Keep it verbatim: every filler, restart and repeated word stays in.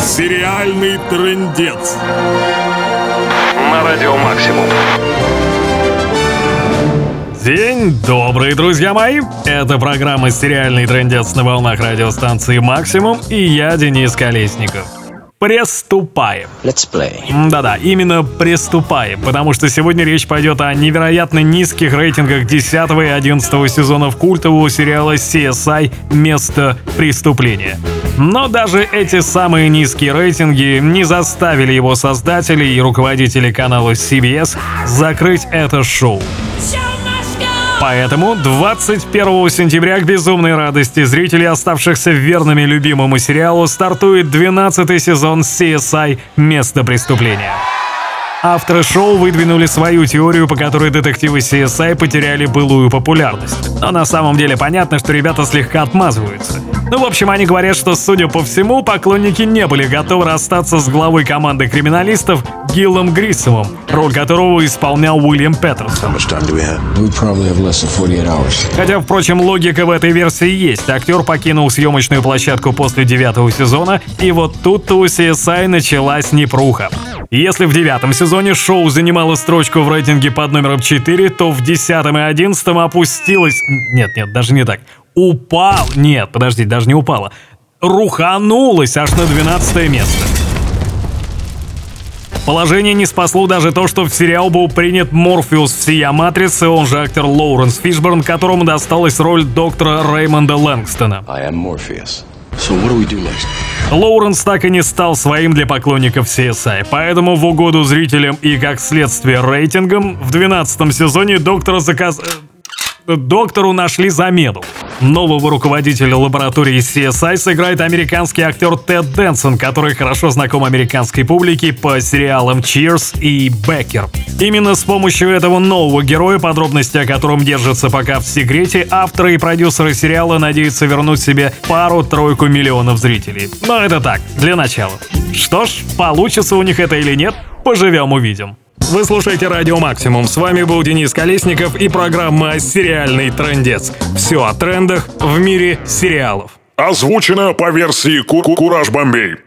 Сериальный трындец. На радио Максимум. День добрый, друзья мои! Это программа «Сериальный трындец» на волнах радиостанции «Максимум», и я, Денис Колесников. Приступаем. Let's play. Да-да, именно приступаем, потому что сегодня речь пойдет о невероятно низких рейтингах десятого и одиннадцатого сезонов культового сериала си эс ай «Место преступления». Но даже эти самые низкие рейтинги не заставили его создателей и руководителей канала си би эс закрыть это шоу. Поэтому двадцать первого сентября к безумной радости зрителей, оставшихся верными любимому сериалу, стартует двенадцатый сезон си эс ай «Место преступления». Авторы шоу выдвинули свою теорию, по которой детективы си эс ай потеряли былую популярность. Но на самом деле понятно, что ребята слегка отмазываются. Ну, в общем, они говорят, что, судя по всему, поклонники не были готовы расстаться с главой команды криминалистов Гиллом Грисомом, роль которого исполнял Уильям Петерсон. Хотя, впрочем, логика в этой версии есть. Актер покинул съемочную площадку после девятого сезона, и вот тут-то у си эс ай началась непруха. Если в девятом сезоне шоу занимало строчку в рейтинге под номером четыре, то в десятом и одиннадцатом опустилось... Нет-нет, даже не так. Упал... Нет, подожди, даже не упало. Руханулось аж на двенадцатое место. Положение не спасло даже то, что в сериал был принят Морфеус всея Матрицы, он же актер Лоуренс Фишборн, которому досталась роль доктора Реймонда Лэнгстона. So what do we do next? Лоуренс так и не стал своим для поклонников си эс ай, поэтому в угоду зрителям и, как следствие, рейтингам, в двенадцатом сезоне доктора заказ... Доктору нашли замену. Нового руководителя лаборатории си эс ай сыграет американский актер Тед Дэнсон, который хорошо знаком американской публике по сериалам «Cheers» и «Беккер». Именно с помощью этого нового героя, подробности о котором держатся пока в секрете, авторы и продюсеры сериала надеются вернуть себе пару-тройку миллионов зрителей. Но это так, для начала. Что ж, получится у них это или нет, поживем-увидим. Вы слушаете Радио Максимум. С вами был Денис Колесников и программа «Сериальный трындец». Все о трендах в мире сериалов. Озвучено по версии Ку- Кураж Бомбей.